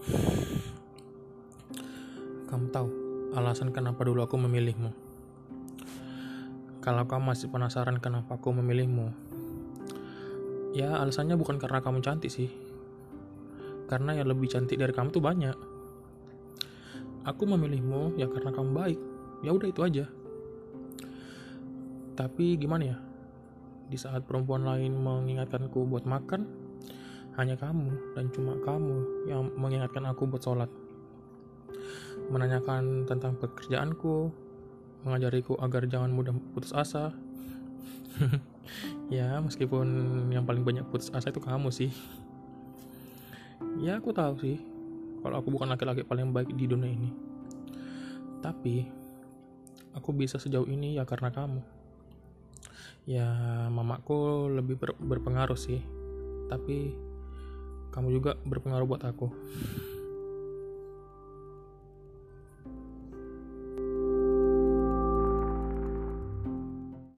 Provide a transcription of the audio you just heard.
Kamu tahu alasan kenapa dulu aku memilihmu? Kalau kamu masih penasaran kenapa aku memilihmu, ya alasannya bukan karena kamu cantik sih. Karena yang lebih cantik dari kamu tuh banyak. Aku memilihmu ya karena kamu baik. Ya udah itu aja. Tapi gimana ya? Di saat perempuan lain mengingatkanku buat makan, hanya kamu dan cuma kamu yang mengingatkan aku buat sholat. Menanyakan tentang pekerjaanku, mengajariku agar jangan mudah putus asa. Ya, meskipun yang paling banyak putus asa itu kamu sih. Ya, aku tahu sih kalau aku bukan laki-laki paling baik di dunia ini. Tapi aku bisa sejauh ini ya karena kamu. Ya, mamaku lebih berpengaruh sih. Tapi kamu juga berpengaruh buat aku.